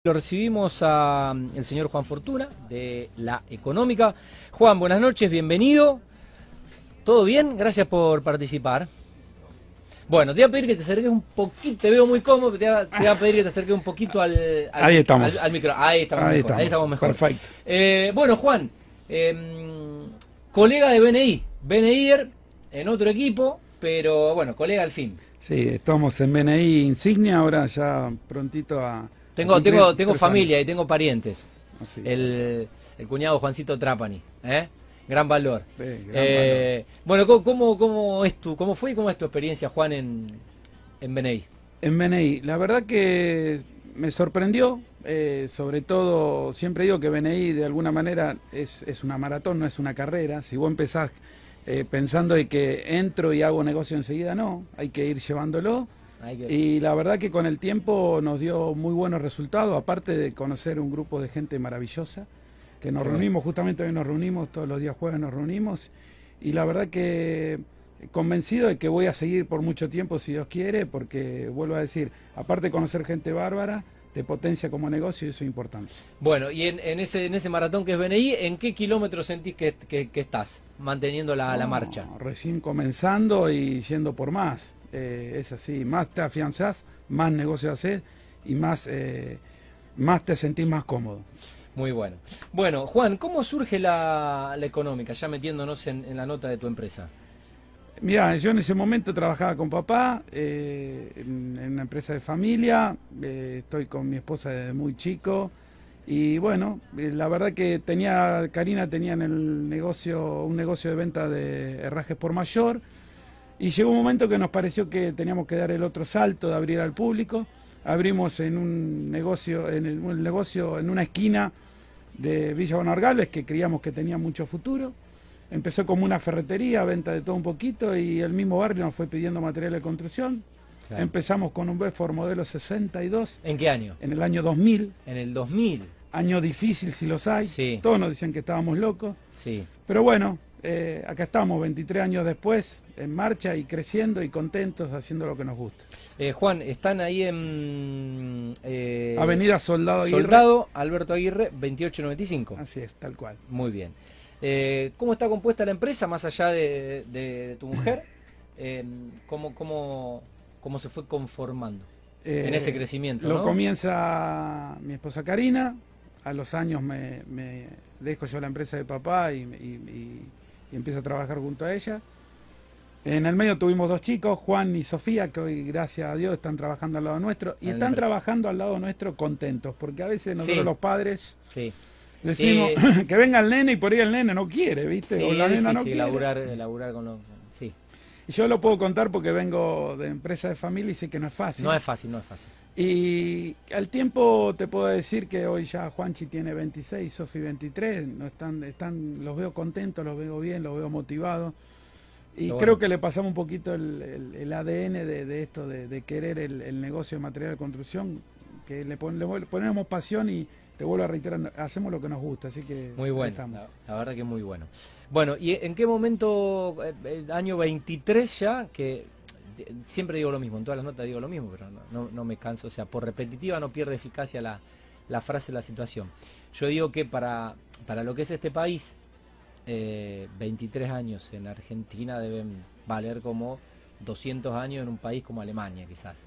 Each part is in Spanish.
Lo recibimos a el señor Juan Fortuna, de La Económica. Juan, buenas noches, bienvenido. ¿Todo bien? Gracias por participar. Bueno, te voy a pedir que te acerques un poquito, te veo muy cómodo, pero te voy a pedir que te acerques un poquito al micro. Ahí estamos mejor. Perfecto. Bueno, Juan, colega de BNI, BNIer en otro equipo, pero bueno, colega al fin. Sí, estamos en BNI Insignia, ahora ya prontito a... Tengo familia y tengo parientes. Así. El cuñado Juancito Trapani, gran valor. Gran valor. Bueno, ¿cómo fue y cómo es tu experiencia, Juan, en BNI? En BNI, la verdad que me sorprendió, sobre todo, siempre digo que BNI de alguna manera es una maratón, no es una carrera. Si vos empezás pensando de que entro y hago negocio enseguida, no, hay que ir llevándolo. Y la verdad que con el tiempo nos dio muy buenos resultados, aparte de conocer un grupo de gente maravillosa, que nos reunimos, justamente hoy nos reunimos, todos los días jueves nos reunimos, y la verdad que convencido de que voy a seguir por mucho tiempo si Dios quiere, porque vuelvo a decir, aparte de conocer gente bárbara, te potencia como negocio y eso es importante. Bueno, y en ese maratón que es BNI, ¿en qué kilómetros sentís que estás manteniendo la marcha? Recién comenzando y yendo por más. Es así, más te afianzás, más negocio haces y más te sentís más cómodo. Muy bueno. Bueno, Juan, ¿cómo surge la Económica, ya metiéndonos en la nota de tu empresa? Mirá, yo en ese momento trabajaba con papá en una empresa de familia, estoy con mi esposa desde muy chico y bueno, la verdad que Karina tenía en el negocio un negocio de venta de herrajes por mayor. Y llegó un momento que nos pareció que teníamos que dar el otro salto de abrir al público. Abrimos en un negocio, en una esquina de Villa Bonargales que creíamos que tenía mucho futuro. Empezó como una ferretería, venta de todo un poquito, y el mismo barrio nos fue pidiendo material de construcción. Claro. Empezamos con un Bedford modelo 62. ¿En qué año? En el año 2000. En el 2000. Año difícil si los hay. Sí. Todos nos decían que estábamos locos. Sí. Pero bueno, acá estamos 23 años después, en marcha y creciendo y contentos haciendo lo que nos gusta. Juan, están ahí en... Avenida Soldado Aguirre. Soldado Alberto Aguirre, 2895. Así es, tal cual. Muy bien. ¿Cómo está compuesta la empresa, más allá de tu mujer? ¿Cómo se fue conformando en ese crecimiento? Lo ¿no? comienza mi esposa Karina, a los años me dejo yo la empresa de papá y empiezo a trabajar junto a ella. En el medio tuvimos dos chicos, Juan y Sofía, que hoy, gracias a Dios, están trabajando al lado nuestro. Y están trabajando al lado nuestro contentos, porque a veces nosotros los padres decimos que venga el nene y por ahí el nene no quiere, ¿viste? Sí, o la nena no quiere. Laburar con los... Sí. Y yo lo puedo contar porque vengo de empresa de familia y sé que no es fácil. No es fácil. Y al tiempo te puedo decir que hoy ya Juanchi tiene 26, Sofi 23, no los veo contentos, los veo bien, los veo motivados. Y creo que le pasamos un poquito el ADN de esto, de querer el negocio de material de construcción, que le ponemos pasión y te vuelvo a reiterar, hacemos lo que nos gusta, así que muy bueno, la verdad que muy bueno. Bueno, ¿y en qué momento, el año 23 ya, que siempre digo lo mismo, en todas las notas digo lo mismo, pero no me canso, o sea, por repetitiva no pierde eficacia la frase, la situación. Yo digo que para lo que es este país, 23 años en Argentina deben valer como 200 años en un país como Alemania, quizás.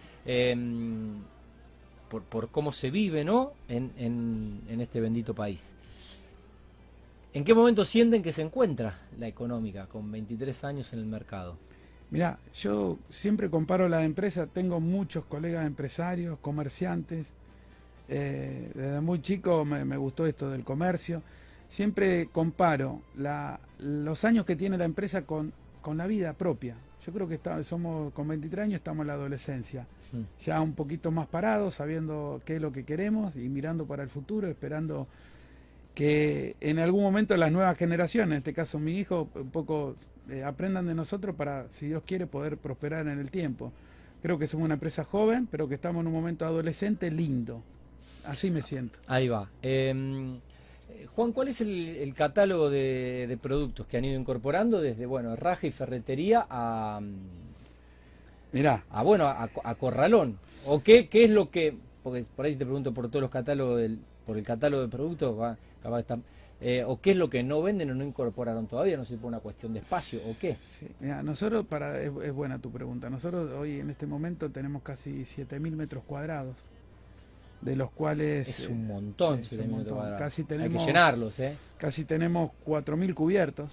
Por cómo se vive, ¿no? En este bendito país. ¿En qué momento sienten que se encuentra la Económica con 23 años en el mercado? Mirá, yo siempre comparo la empresa, tengo muchos colegas empresarios, comerciantes, desde muy chico me gustó esto del comercio. Siempre comparo los años que tiene la empresa con la vida propia. Yo creo que somos con 23 años estamos en la adolescencia, ya un poquito más parados, sabiendo qué es lo que queremos y mirando para el futuro, esperando que en algún momento las nuevas generaciones, en este caso mi hijo, un poco aprendan de nosotros para, si Dios quiere, poder prosperar en el tiempo. Creo que somos una empresa joven, pero que estamos en un momento adolescente lindo. Así me siento. Ahí va. Juan, ¿cuál es el catálogo de productos que han ido incorporando desde, bueno, herraje y ferretería a Mirá. A corralón? ¿O qué es lo que porque por ahí te pregunto por todos los catálogos, por el catálogo de productos, capaz que está, o qué es lo que no venden o no incorporaron todavía, no sé si por una cuestión de espacio o qué. Sí, mira, nosotros, es buena tu pregunta, nosotros hoy en este momento tenemos casi 7.000 metros cuadrados, de los cuales... Es un montón, sí, es un montón. Casi tenemos, hay que llenarlos, Casi tenemos 4.000 cubiertos,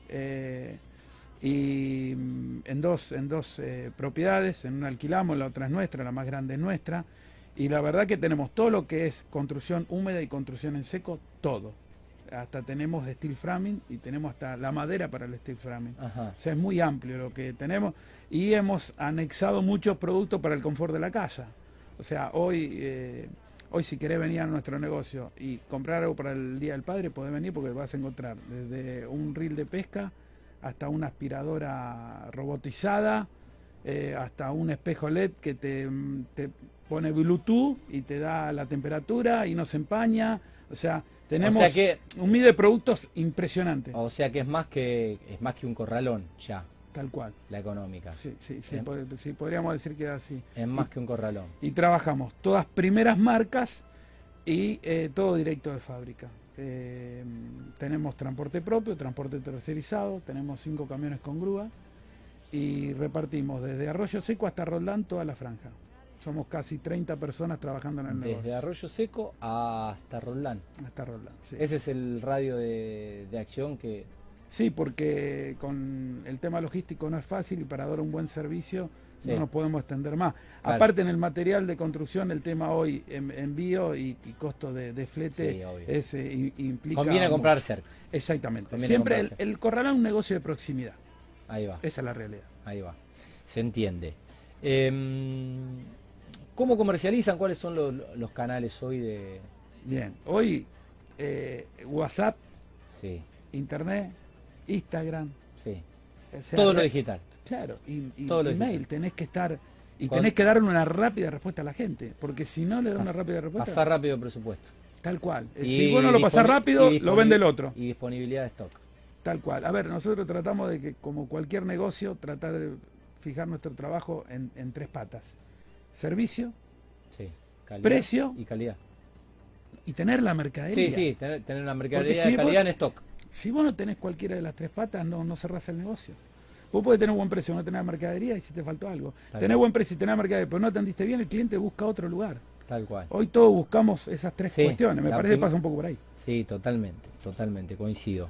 y en dos propiedades, en una alquilamos, la otra es nuestra, la más grande es nuestra, y la verdad que tenemos todo lo que es construcción húmeda y construcción en seco, todo. Hasta tenemos steel framing y tenemos hasta la madera para el steel framing. Ajá. O sea, es muy amplio lo que tenemos y hemos anexado muchos productos para el confort de la casa. O sea, hoy si querés venir a nuestro negocio y comprar algo para el Día del Padre, podés venir porque vas a encontrar desde un reel de pesca hasta una aspiradora robotizada, hasta un espejo LED que te pone Bluetooth y te da la temperatura y no se empaña. O sea, tenemos un mix de productos impresionante. O sea que es más que un corralón, ya. Tal cual. La económica. Sí, podríamos decir que es así. Es más que un corralón. Y trabajamos todas primeras marcas y todo directo de fábrica. Tenemos transporte propio, transporte tercerizado, tenemos 5 camiones con grúa y repartimos desde Arroyo Seco hasta Roldán toda la franja. Somos casi 30 personas trabajando en el negocio. Desde Arroyo Seco hasta Roldán. Hasta Roldán, sí. Ese es el radio de acción que... Sí, porque con el tema logístico no es fácil y para dar un buen servicio sí, no nos podemos extender más. Claro. Aparte en el material de construcción, el tema hoy envío y costo de flete implica... Conviene comprar cerca. Exactamente. Conviene Siempre el corralón es un negocio de proximidad. Ahí va. Esa es la realidad. Ahí va. Se entiende. ¿Cómo comercializan? ¿Cuáles son los canales hoy de...? Bien, hoy WhatsApp, sí, Internet, Instagram. Sí. O sea, todo lo digital. Claro, y todo email, tenés que estar... Y tenés que darle una rápida respuesta a la gente, porque si no le das una rápida respuesta... Pasar rápido el presupuesto. Tal cual. Si vos no lo pasás rápido, lo vende el otro. Y disponibilidad de stock. Tal cual. A ver, nosotros tratamos de que, como cualquier negocio, tratar de fijar nuestro trabajo en 3 patas. Servicio, sí, calidad, precio y calidad. Y tener la mercadería. Sí, tener una mercadería de calidad en stock. Si vos no tenés cualquiera de las 3 patas, no cerrás el negocio. Vos podés tener buen precio, no tener mercadería y si te faltó algo. Tenés buen precio y tener mercadería, pero no atendiste bien, el cliente busca otro lugar. Tal cual. Hoy todos buscamos esas 3 cuestiones, me parece que pasa un poco por ahí. Sí, totalmente, coincido.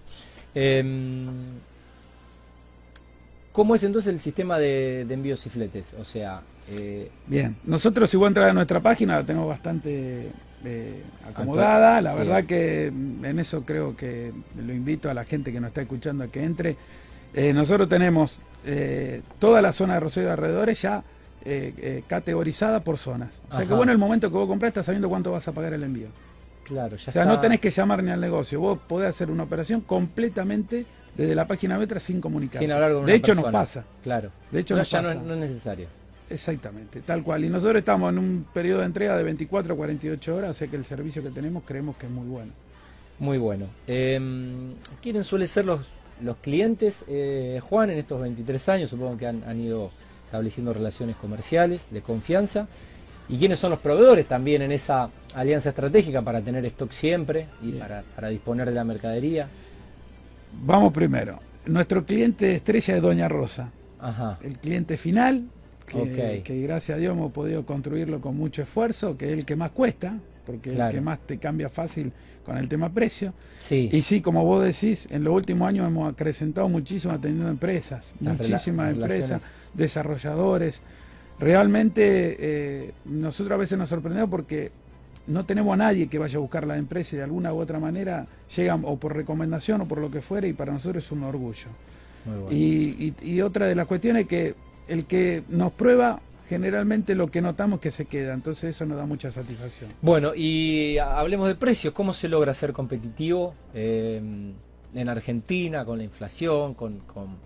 ¿Cómo es entonces el sistema de envíos y fletes? O sea... Bien, nosotros si vos entras a nuestra página la tenemos bastante acomodada, la verdad que en eso creo que lo invito a la gente que nos está escuchando a que entre. Nosotros tenemos toda la zona de Rosario y alrededores ya categorizada por zonas. O sea que bueno, el momento que vos comprás estás sabiendo cuánto vas a pagar el envío. Claro, ya o sea, no tenés que llamar ni al negocio, vos podés hacer una operación completamente desde la página nuestra sin comunicar. Sin hablar con una de hecho persona. Nos pasa. Claro. De hecho ya no es necesario. Exactamente, tal cual. Y nosotros estamos en un periodo de entrega de 24 a 48 horas, o sea que el servicio que tenemos creemos que es muy bueno. Muy bueno. ¿Quiénes suelen ser los clientes, Juan, en estos 23 años? Supongo que han ido estableciendo relaciones comerciales de confianza. ¿Y quiénes son los proveedores también en esa alianza estratégica para tener stock siempre y para disponer de la mercadería? Vamos primero. Nuestro cliente estrella es Doña Rosa. Ajá. El cliente final, que gracias a Dios hemos podido construirlo con mucho esfuerzo, que es el que más cuesta, porque es el que más te cambia fácil con el tema precio. Sí. Y sí, como vos decís, en los últimos años hemos acrecentado muchísimo atendiendo empresas, muchísimas empresas, desarrolladores. Realmente nosotros a veces nos sorprendemos porque no tenemos a nadie que vaya a buscar la empresa y de alguna u otra manera llegan o por recomendación o por lo que fuere y para nosotros es un orgullo. Muy bueno. Y otra de las cuestiones es que el que nos prueba generalmente lo que notamos que se queda, entonces eso nos da mucha satisfacción. Bueno, y hablemos de precios. ¿Cómo se logra ser competitivo en Argentina con la inflación, con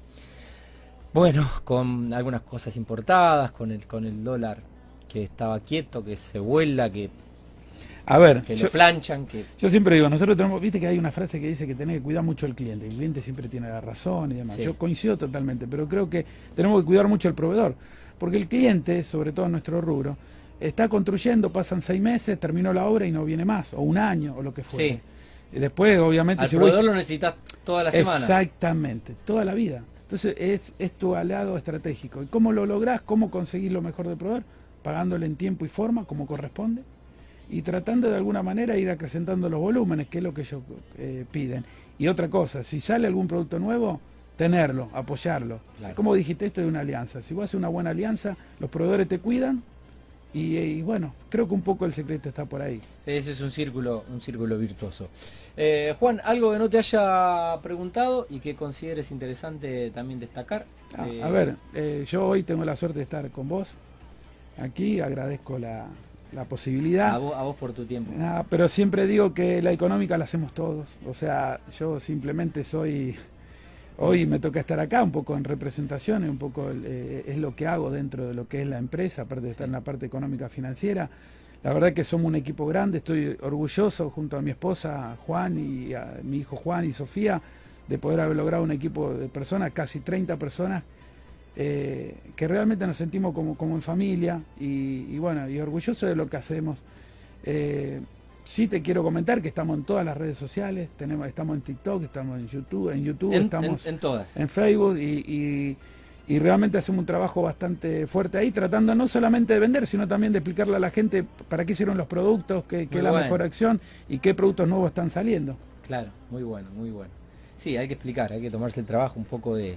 algunas cosas importadas, con el dólar que estaba quieto, que se vuela, que lo planchan? Yo siempre digo, nosotros tenemos, viste que hay una frase que dice que tenés que cuidar mucho al cliente, el cliente siempre tiene la razón y demás. Sí. Yo coincido totalmente, pero creo que tenemos que cuidar mucho al proveedor, porque el cliente, sobre todo en nuestro rubro, está construyendo, pasan 6 meses, terminó la obra y no viene más, o un año, o lo que fuere. Sí. Y después, obviamente... Al si proveedor lo necesitas toda la semana. Exactamente, toda la vida. Entonces es tu aliado estratégico. ¿Y cómo lo lográs? ¿Cómo conseguís lo mejor del proveedor? Pagándole en tiempo y forma, como corresponde, y tratando de alguna manera ir acrecentando los volúmenes, que es lo que ellos piden. Y otra cosa, si sale algún producto nuevo, tenerlo, apoyarlo. Claro. Como dijiste, esto es una alianza. Si vos haces una buena alianza, los proveedores te cuidan, y bueno, creo que un poco el secreto está por ahí. Ese es un círculo virtuoso. Juan, algo que no te haya preguntado y que consideres interesante también destacar. A ver, yo hoy tengo la suerte de estar con vos aquí, agradezco la posibilidad. A vos por tu tiempo. Pero siempre digo que la económica la hacemos todos. O sea, yo simplemente soy... Hoy me toca estar acá un poco en representación, un poco es lo que hago dentro de lo que es la empresa, aparte de estar en la parte económica financiera. La verdad que somos un equipo grande, estoy orgulloso junto a mi esposa Juan y a mi hijo Juan y Sofía de poder haber logrado un equipo de personas, casi 30 personas, que realmente nos sentimos como en familia y bueno, y orgulloso de lo que hacemos. Sí te quiero comentar que estamos en todas las redes sociales, estamos en TikTok, estamos en YouTube estamos en todas. En Facebook y realmente hacemos un trabajo bastante fuerte ahí, tratando no solamente de vender, sino también de explicarle a la gente para qué hicieron los productos, qué es la mejor acción y qué productos nuevos están saliendo. Claro, muy bueno, muy bueno. Sí, hay que explicar, hay que tomarse el trabajo un poco de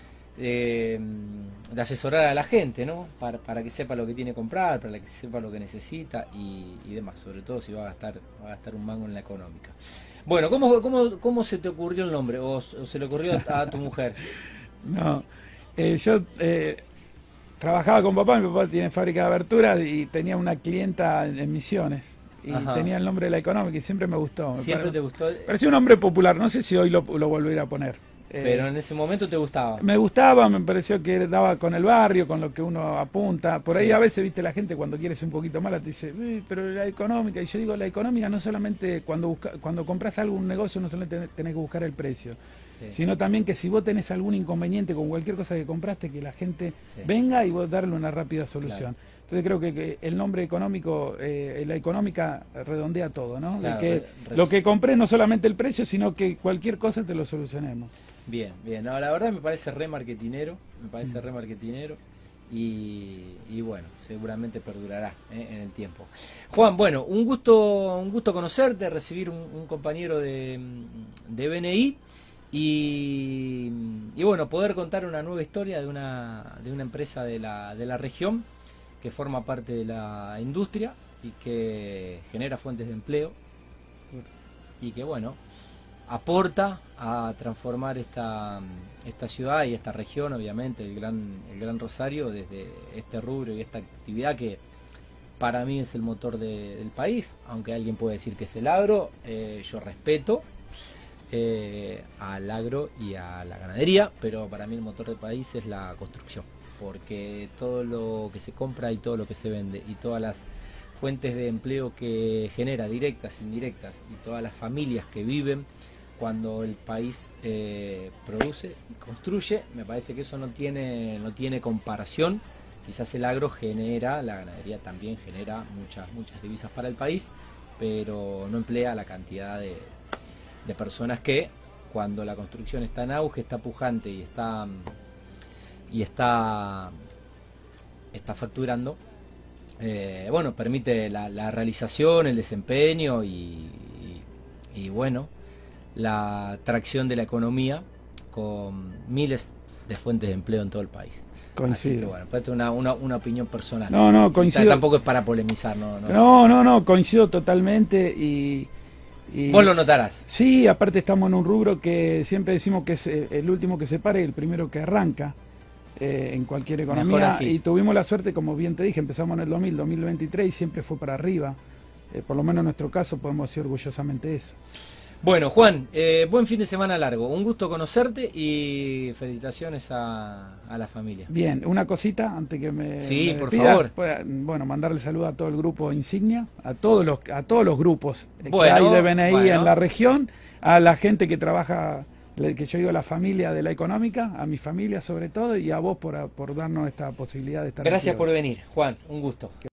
asesorar a la gente, ¿no? Para que sepa lo que tiene que comprar, para que sepa lo que necesita y demás, sobre todo si va a gastar un mango en la económica. Bueno, ¿cómo se te ocurrió el nombre? ¿O se le ocurrió a tu mujer? No, yo trabajaba con mi papá tiene fábrica de aberturas y tenía una clienta en Misiones. Y Ajá. tenía el nombre de la económica y siempre me gustó. ¿Siempre te gustó? Parecía un nombre popular, no sé si hoy lo volvería a poner. Pero en ese momento te gustaba. Me gustaba, me pareció que daba con el barrio, con lo que uno apunta. Por ahí Sí. a veces, viste, la gente cuando quiere ser un poquito mala te dice, pero la económica. Y yo digo, la económica no solamente cuando compras algún negocio, no solamente tenés que buscar el precio, Sí. sino también que si vos tenés algún inconveniente con cualquier cosa que compraste, que la gente Sí. venga y vos darle una rápida solución. Claro. Entonces creo que el nombre económico, la económica redondea todo, ¿no? Claro, De que lo que compré no solamente el precio, sino que cualquier cosa te lo solucionemos. Bien, bien. No, la verdad me parece re marketinero, y bueno, seguramente perdurará en el tiempo. Juan, bueno, un gusto conocerte, recibir un compañero de BNI y bueno, poder contar una nueva historia de una empresa de la región que forma parte de la industria y que genera fuentes de empleo y que bueno, aporta a transformar esta ciudad y esta región, obviamente, el Gran Rosario, desde este rubro y esta actividad que para mí es el motor del país, aunque alguien puede decir que es el agro, yo respeto al agro y a la ganadería, pero para mí el motor del país es la construcción, porque todo lo que se compra y todo lo que se vende y todas las fuentes de empleo que genera, directas, indirectas, y todas las familias que viven cuando el país produce y construye, me parece que eso no tiene comparación. Quizás el agro genera, la ganadería también genera muchas divisas para el país, pero no emplea la cantidad de personas que cuando la construcción está en auge, está pujante y está facturando, bueno, permite la realización, el desempeño y bueno, la tracción de la economía con miles de fuentes de empleo en todo el país. Coincido. Así que bueno, pues esto es una opinión personal. No, coincido. Tampoco es para polemizar, No, coincido totalmente y vos lo notarás. Sí, aparte estamos en un rubro que siempre decimos que es el último que se para y el primero que arranca en cualquier economía. Y tuvimos la suerte, como bien te dije, empezamos en el 2023 y siempre fue para arriba. Por lo menos en nuestro caso podemos decir orgullosamente eso. Bueno, Juan, buen fin de semana largo. Un gusto conocerte y felicitaciones a la familia. Bien, una cosita antes que me por despidas. favor. Bueno, mandarle saludo a todo el grupo Insignia, a todos los grupos que hay de BNI en la región, a la gente que trabaja, que yo digo la familia de la económica, a mi familia sobre todo, y a vos por darnos esta posibilidad de estar aquí. Gracias por venir, Juan, un gusto.